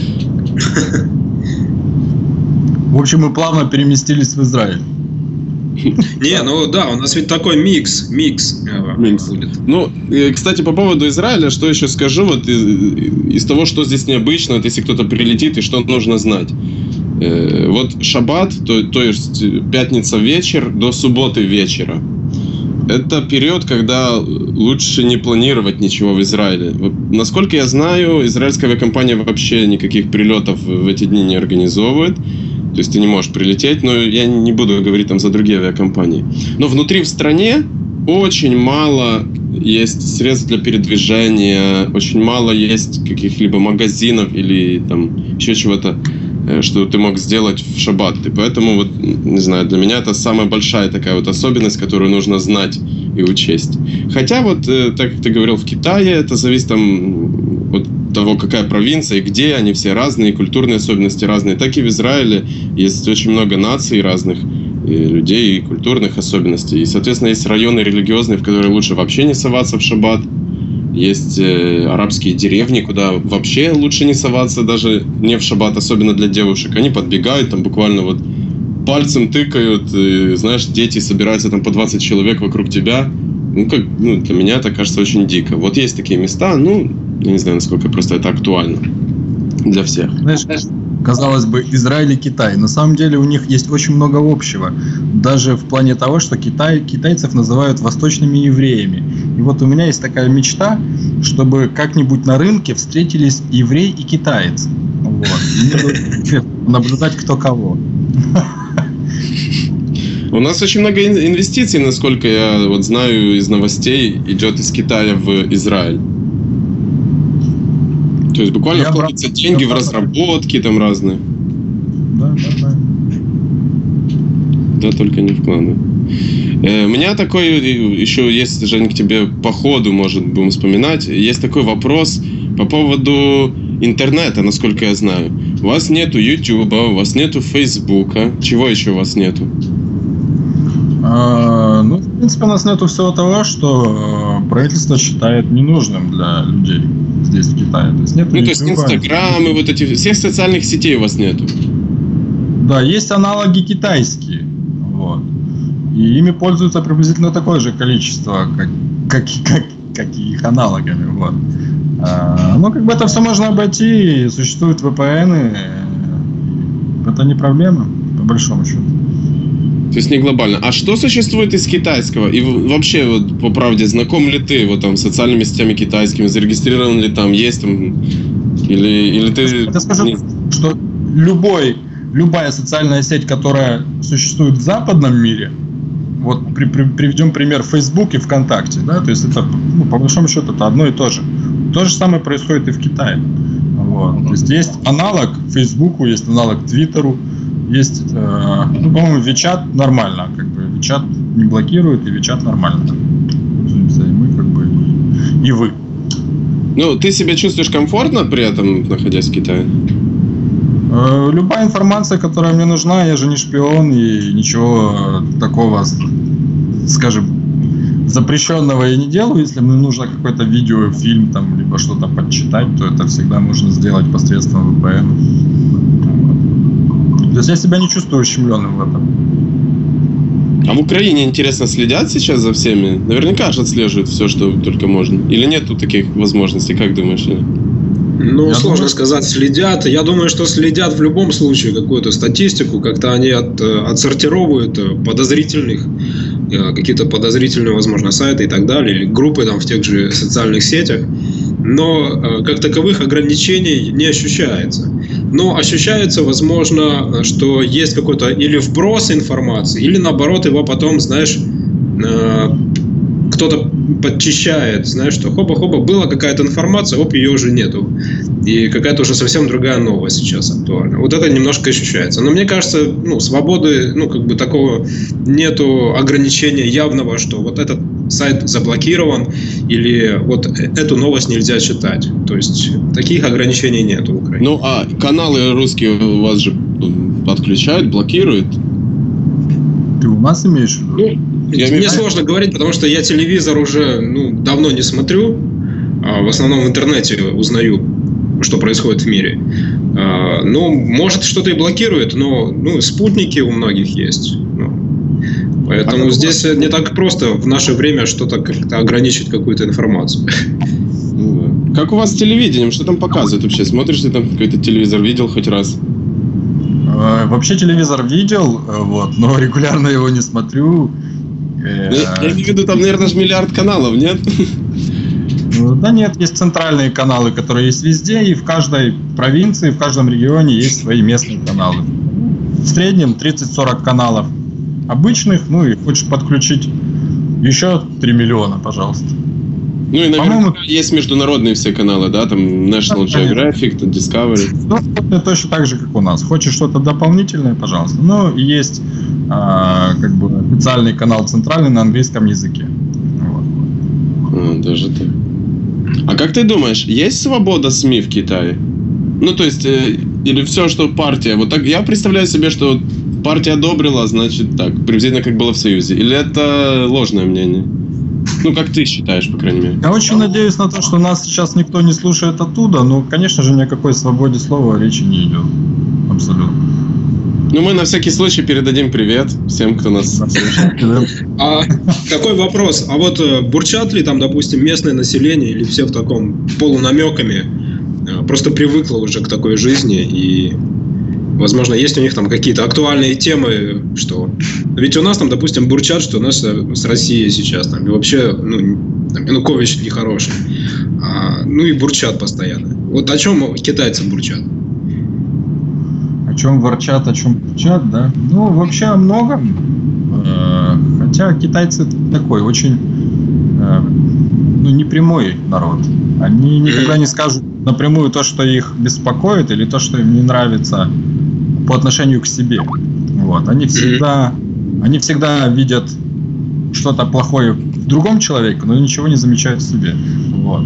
S3: В общем, мы плавно переместились в Израиль.
S1: Не, ну да, у нас ведь такой микс, микс,
S2: микс. будет. Ну, кстати, по поводу Израиля, что еще скажу, вот из, из того, что здесь необычно, вот если кто-то прилетит и что нужно знать. Э, вот шаббат, то, то есть пятница вечер до субботы вечера. Это период, когда лучше не планировать ничего в Израиле. Вот, насколько я знаю, израильская авиакомпания вообще никаких прилетов в эти дни не организовывает. То есть ты не можешь прилететь, но я не буду говорить там за другие авиакомпании. Но внутри в стране очень мало есть средств для передвижения, очень мало есть каких-либо магазинов или там еще чего-то, что ты мог сделать в шаббат. И поэтому, вот, не знаю, для меня это самая большая такая вот особенность, которую нужно знать и учесть. Хотя вот, так как ты говорил, в Китае это зависит там от того, какая провинция и где, они все разные, культурные особенности разные, так и в Израиле есть очень много наций разных, и людей, и культурных особенностей. И, соответственно, есть районы религиозные, в которые лучше вообще не соваться в шаббат. есть э, арабские деревни, куда вообще лучше не соваться, даже не в шаббат, особенно для девушек. Они подбегают, там буквально вот пальцем тыкают, и, знаешь, дети собираются там по двадцать человек вокруг тебя. Ну, как, ну, для меня это кажется очень дико. Вот есть такие места, ну, я не знаю, насколько просто это актуально для всех.
S3: Знаешь, казалось бы, Израиль и Китай. На самом деле у них есть очень много общего. Даже в плане того, что Китай, китайцев называют восточными евреями. И вот у меня есть такая мечта, чтобы как-нибудь на рынке встретились еврей и китаец. Вот. Наблюдать кто кого.
S2: У нас очень много инвестиций, насколько я вот знаю из новостей, идет из Китая в Израиль. То есть буквально я вкладываются брат, деньги в разработки там разные.
S3: Да, да, да.
S2: Да, только не вкладывают. Э, у меня такой еще есть, Жень, к тебе по ходу, может, будем вспоминать. Есть такой вопрос по поводу интернета, насколько я знаю. У вас нету Ютуба, у вас нету Фейсбука. Чего еще у вас нету?
S3: А, ну, в принципе, у нас нету всего того, что правительство считает ненужным для людей здесь, в Китае. То есть, нету
S2: ну, то есть Инстаграм и вот эти... Всех социальных сетей у вас нету?
S3: Да, есть аналоги китайские. Вот. И ими пользуются приблизительно такое же количество, как, как, как, как и их аналогами. Вот. А, ну, как бы это все можно обойти. Существуют ви пи эн. Это не проблема, по большому счету.
S2: То есть не глобально. А что существует из китайского? И вообще, вот, по правде, знаком ли ты вот там с социальными сетями китайскими? Зарегистрирован ли там? Есть там? Или, или ты...
S3: Я скажу, что любой, любая социальная сеть, которая существует в западном мире, вот при, при, приведем пример Facebook и ВКонтакте, да, то есть это, ну, по большому счету, это одно и то же. То же самое происходит и в Китае. Вот. То есть есть аналог Фейсбуку, есть аналог Твиттеру, есть, э, ну, по-моему, WeChat нормально, как бы WeChat не блокирует, и WeChat нормально. Пользуемся и мы, как бы, и, и вы.
S2: Ну, ты себя чувствуешь комфортно при этом, находясь в Китае?
S3: Э, любая информация, которая мне нужна, я же не шпион, и ничего такого, скажем, запрещенного я не делаю. Если мне нужно какое-то видео, фильм, там, либо что-то подчитать, то это всегда можно сделать посредством ви пи эн. То есть я себя не чувствую ущемленным в этом.
S2: А в Украине, интересно, следят сейчас за всеми? Наверняка же отслеживают все, что только можно. Или нету таких возможностей, как думаешь?
S1: Ну, я сложно думаю... сказать, следят. Я думаю, что следят в любом случае какую-то статистику. Как-то они от, отсортировывают подозрительных, какие-то подозрительные, возможно, сайты и так далее, или группы там в тех же социальных сетях. Но как таковых ограничений не ощущается. Но ощущается, возможно, что есть какой-то или вброс информации, или наоборот его потом, знаешь, кто-то подчищает, знаешь, что хоба-хоба, была какая-то информация, оп, ее уже нету. И какая-то уже совсем другая новость сейчас актуальна. Вот это немножко ощущается. Но мне кажется, ну, свободы, ну, как бы такого нету ограничения явного, что вот этот сайт заблокирован, или вот эту новость нельзя читать. То есть таких ограничений нет в Украине.
S2: Ну, а каналы русские у вас же отключают, блокируют?
S3: Ты у нас имеешь в виду?
S1: Ну, я мне сложно говорить, потому что я телевизор уже ну, давно не смотрю. А в основном в интернете узнаю, что происходит в мире. А, ну, может, что-то и блокирует, но ну, спутники у многих есть. Ну, поэтому а здесь вас... не так просто в наше время что-то как-то ограничить какую-то информацию.
S2: Как у вас с телевидением? Что там показывают вообще? Смотришь ли там какой-то телевизор? Видел хоть раз?
S3: Вообще телевизор видел, вот, но регулярно его не смотрю.
S2: Я, я имею в виду, там, наверное, же миллиард каналов, нет?
S3: Да нет, есть центральные каналы, которые есть везде, и в каждой провинции, в каждом регионе есть свои местные каналы. В среднем тридцать-сорок каналов обычных, ну и хочешь подключить еще три миллиона, пожалуйста.
S2: Ну и, наверное, есть международные все каналы, да, там National да, Geographic, Discovery.
S3: Ну, это точно так же, как у нас. Хочешь что-то дополнительное, пожалуйста. Ну, и есть а, как бы официальный канал центральный на английском языке. Вот.
S2: А, даже так. А как ты думаешь, есть свобода СМИ в Китае? Ну, то есть, э, или все, что партия? Вот так я представляю себе, что партия одобрила, значит так, приблизительно как было в Союзе. Или это ложное мнение? Ну, как ты считаешь, по крайней мере.
S3: Я очень надеюсь на то, что нас сейчас никто не слушает оттуда, но, конечно же, ни о какой свободе слова речи не идет. Абсолютно.
S2: Ну, мы на всякий случай передадим привет всем, кто нас слушает.
S1: А такой вопрос. А вот бурчат ли там, допустим, местное население или все в таком полунамеками просто привыкло уже к такой жизни и, возможно, есть у них там какие-то актуальные темы, что... Ведь у нас там, допустим, бурчат, что у нас с Россией сейчас там и вообще, ну, там, Янукович нехороший. А, ну и бурчат постоянно. Вот о чем китайцы бурчат?
S3: О чем ворчат, о чем бурчат, да? Ну, вообще о многом. Хотя китайцы такой очень, ну, непрямой народ. Они никогда не скажут напрямую то, что их беспокоит, или то, что им не нравится по отношению к себе. Вот. Они всегда, они всегда видят что-то плохое в другом человеке, но ничего не замечают в себе. Вот.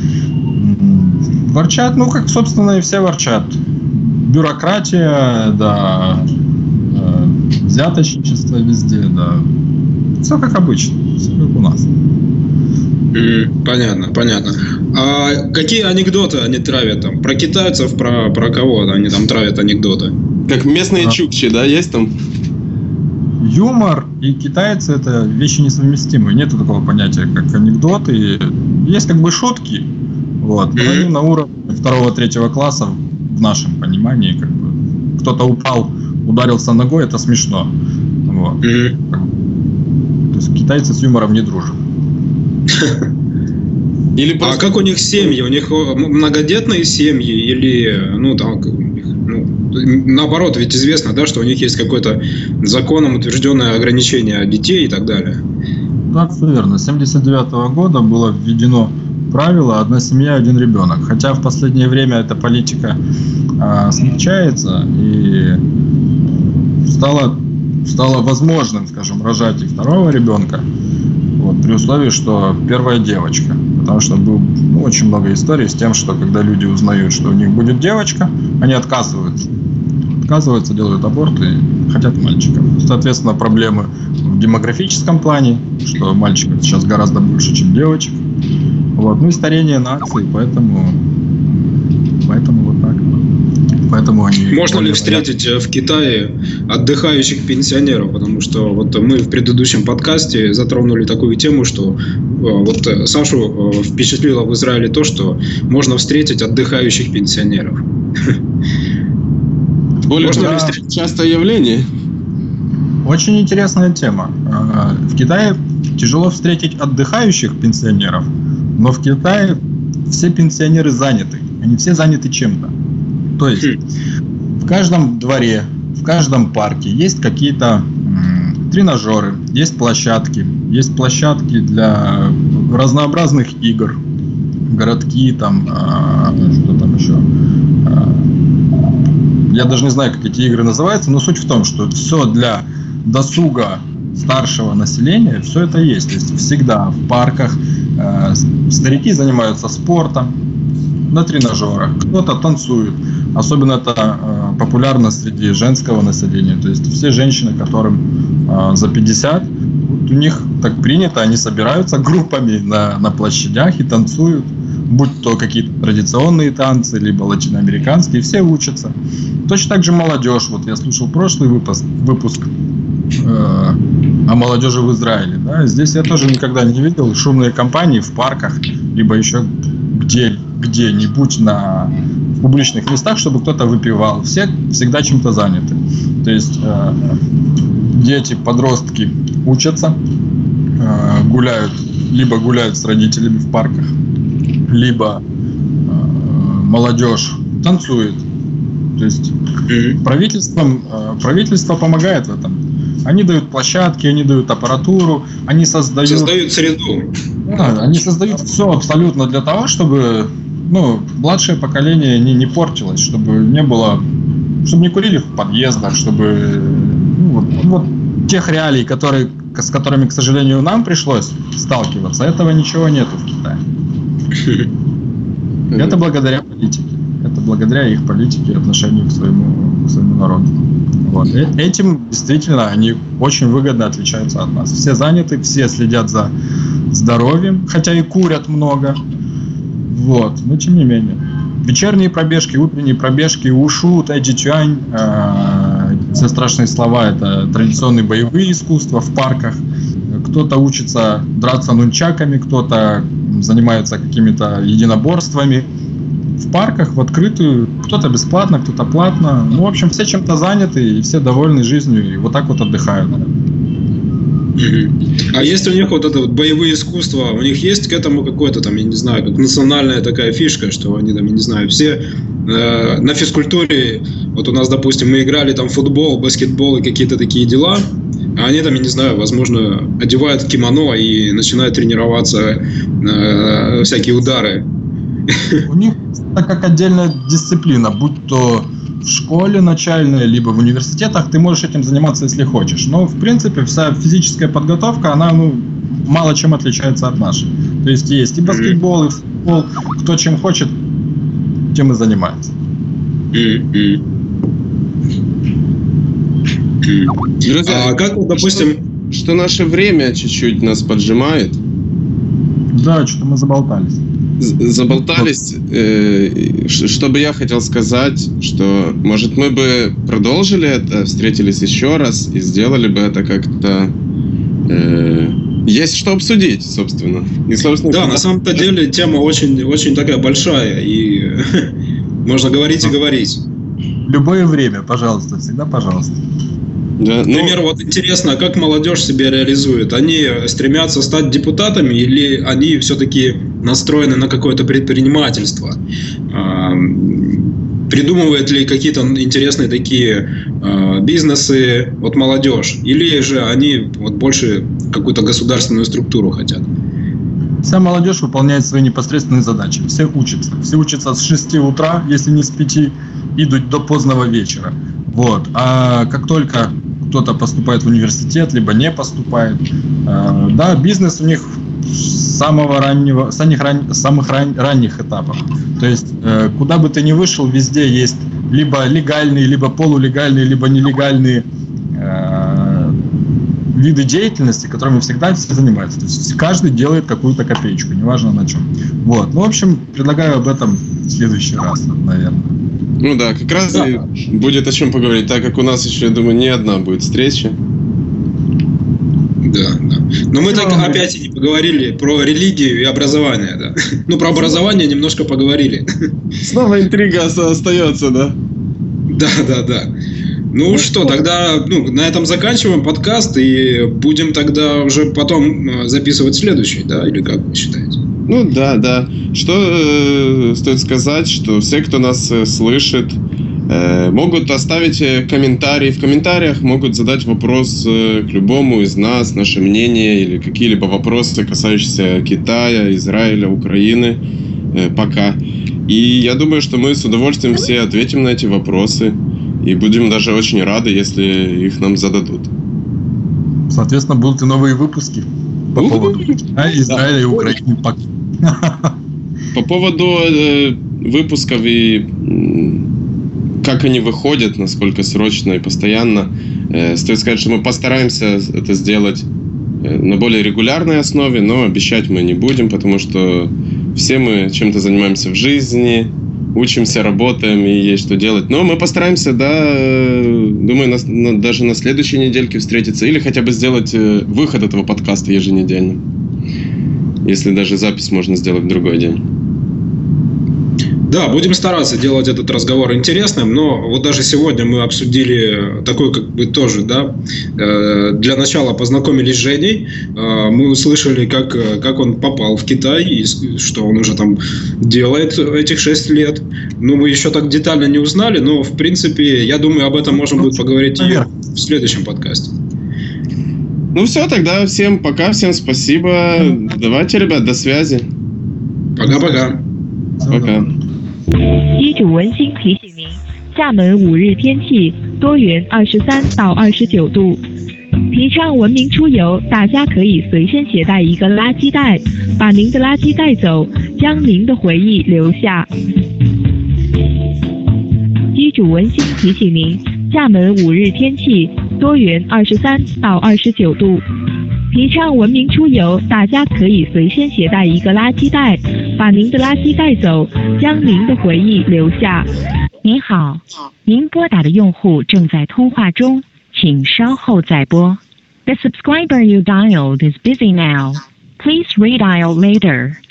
S3: Ворчат, ну, как, собственно, и все ворчат. Бюрократия, да, взяточничество везде, да. Все как обычно, все как у нас.
S1: Понятно, понятно. А какие анекдоты они травят там? Про китайцев, про, про кого они там травят анекдоты?
S2: Как местные а. чукчи, да, есть там?
S3: Юмор и китайцы — это вещи несовместимые. Нету такого понятия, как анекдоты. Есть как бы шутки, вот, но mm-hmm. они на уровне второго-третьего класса в нашем понимании. Как бы, кто-то упал, ударился ногой, это смешно. Вот. Mm-hmm. То есть китайцы с юмором не дружат.
S1: Или просто... А как у них семьи? У них многодетные семьи или, ну, там, ну, наоборот, ведь известно, да, что у них есть какое-то законом утвержденное ограничение детей и так далее.
S3: Да, все верно. С семьдесят девятого года было введено правило «одна семья, один ребенок». Хотя в последнее время эта политика а, смягчается и стало, стало возможным, скажем, рожать и второго ребенка. Вот, при условии, что первая девочка. Потому что было ну, очень много историй с тем, что когда люди узнают, что у них будет девочка, они отказываются. Отказываются, делают аборт и хотят мальчиков. Соответственно, проблемы в демографическом плане, что мальчиков сейчас гораздо больше, чем девочек. Вот. Ну и старение нации, поэтому, поэтому вот так. Поэтому они...
S1: Можно ли встретить в Китае отдыхающих пенсионеров? Потому что вот мы в предыдущем подкасте затронули такую тему, что вот Сашу впечатлило в Израиле то, что можно встретить отдыхающих пенсионеров.
S2: Более да. частое явление.
S3: Очень интересная тема. В Китае тяжело встретить отдыхающих пенсионеров, но в Китае все пенсионеры заняты. Они все заняты чем-то. То есть в каждом дворе, в каждом парке есть какие-то м, тренажеры, есть площадки, есть площадки для разнообразных игр, городки, там, а, что там еще. А, я даже не знаю, как эти игры называются, но суть в том, что все для досуга старшего населения, все это есть. То есть всегда в парках а, старики занимаются спортом, на тренажерах, кто-то танцует. Особенно это э, популярно среди женского населения. То есть все женщины, которым э, за пятьдесят, вот у них так принято, они собираются группами на, на площадях и танцуют. Будь то какие-то традиционные танцы, либо латиноамериканские, все учатся. Точно так же молодежь. Вот я слушал прошлый выпуск, выпуск э, о молодежи в Израиле. Да? Здесь я тоже никогда не видел шумные компании в парках, либо еще где, где-нибудь на в публичных местах, чтобы кто-то выпивал. Все всегда чем-то заняты. То есть э, дети, подростки учатся, э, гуляют, либо гуляют с родителями в парках, либо э, молодежь танцует. То есть правительством, э, правительство помогает в этом. Они дают площадки, они дают аппаратуру, они создают...
S1: Создают среду.
S3: Да, они создают все абсолютно для того, чтобы ну, младшее поколение не, не портилось, чтобы не было... Чтобы не курили в подъездах, чтобы... Ну, вот, вот тех реалий, которые, с которыми, к сожалению, нам пришлось сталкиваться, этого ничего нету в Китае. Это благодаря политике. Это благодаря их политике и отношению к своему, к своему народу. Вот. Этим действительно они очень выгодно отличаются от нас. Все заняты, все следят за здоровьем, хотя и курят много. Вот, но тем не менее. Вечерние пробежки, утренние пробежки, ушу, тайчжуань, э, все страшные слова, это традиционные боевые искусства в парках. Кто-то учится драться нунчаками, кто-то занимается какими-то единоборствами. В парках, в открытую, кто-то бесплатно, кто-то платно. Ну, в общем, все чем-то заняты, и все довольны жизнью, и вот так вот отдыхают.
S1: А есть у них вот это вот боевые искусства, у них есть к этому какое-то там, я не знаю, как национальная такая фишка, что они там, я не знаю, все э, на физкультуре, вот у нас, допустим, мы играли там футбол, баскетбол и какие-то такие дела, а они там, я не знаю, возможно, одевают кимоно и начинают тренироваться э, всякие удары.
S3: У них это как отдельная дисциплина, будь то в школе начальной, либо в университетах, ты можешь этим заниматься, если хочешь. Но, в принципе, вся физическая подготовка, она ну, мало чем отличается от нашей. То есть есть и баскетбол, и футбол. Кто чем хочет, тем и занимается.
S2: Друзья,
S1: а как, вот, допустим...
S2: Что, что наше время чуть-чуть нас поджимает.
S3: Да, что-то мы заболтались.
S2: Заболтались. Э, что бы я хотел сказать, что, может, мы бы продолжили это, встретились еще раз и сделали бы это как-то... Э, есть что обсудить, собственно. И, собственно
S1: да, на самом-то деле тема очень, очень такая большая, и можно говорить и говорить.
S3: Любое время, пожалуйста, всегда пожалуйста.
S2: Да, ну...
S1: Например, вот интересно, как молодежь себя реализует? Они стремятся стать депутатами или они все-таки настроены на какое-то предпринимательство? Придумывает ли какие-то интересные такие бизнесы вот молодежь? Или же они вот больше какую-то государственную структуру хотят?
S3: Вся молодежь выполняет свои непосредственные задачи. Все учатся. Все учатся с шести утра, если не с пяти, идут до позднего вечера. Вот. А как только кто-то поступает в университет, либо не поступает, э, да, бизнес у них с самого раннего, самых, ран, самых ран, ранних этапов. То есть, э, куда бы ты ни вышел, везде есть либо легальные, либо полулегальные, либо нелегальные э, виды деятельности, которыми всегда все занимаются. То есть, каждый делает какую-то копеечку, неважно на чем. Вот. Ну, в общем, предлагаю об этом в следующий раз, наверное.
S2: Ну да, как раз да. И будет о чем поговорить, так как у нас еще, я думаю, не одна будет встреча.
S1: Да, да. Но мы так опять и не поговорили про религию и образование, да. Ну, про образование немножко поговорили.
S2: Снова интрига остается, да?
S1: Да, да, да. Ну, ну что, тогда ну, на этом заканчиваем подкаст и будем тогда уже потом записывать следующий, да? Или как вы считаете?
S2: Ну да, да. Что э, стоит сказать, что все, кто нас э, слышит, э, могут оставить комментарии. В комментариях могут задать вопрос э, к любому из нас, наше мнение или какие-либо вопросы, касающиеся Китая, Израиля, Украины. Э, пока. И я думаю, что мы с удовольствием все ответим на эти вопросы. И будем даже очень рады, если их нам зададут.
S3: Соответственно, будут и новые выпуски по поводу Китая, Израиля и Украины.
S2: По поводу э, выпусков и э, как они выходят, насколько срочно и постоянно, э, стоит сказать, что мы постараемся это сделать э, на более регулярной основе, но обещать мы не будем, потому что все мы чем-то занимаемся в жизни, учимся, работаем и есть что делать. Но мы постараемся, да, э, думаю, на, на, даже на следующей недельке встретиться или хотя бы сделать э, выход этого подкаста еженедельно. Если даже запись можно сделать в другой день.
S1: Да, будем стараться делать этот разговор интересным, но вот даже сегодня мы обсудили такой, как бы тоже, да, для начала познакомились с Женей, мы услышали, как, как он попал в Китай и что он уже там делает этих шесть лет. Ну, мы еще так детально не узнали, но, в принципе, я думаю, об этом можно будет поговорить и в следующем подкасте.
S2: Ну все, тогда всем пока, всем спасибо. Давайте, ребят, до связи.
S1: Пока-пока.
S2: Пока.
S4: 机主温馨提醒您，厦门五日天气多云，二十三到二十九度。提倡文明出游，大家可以随身携带一个垃圾袋，把您的垃圾带走，将您的回忆留下。机主温馨提醒您，厦门五日天气多云，二十三到二十九度。 提倡文明出游，大家可以随身携带一个垃圾袋，把您的垃圾带走，将您的回忆留下。您好，您拨打的用户正在通话中，请稍后再拨。The subscriber you dialed is busy now. Please redial later.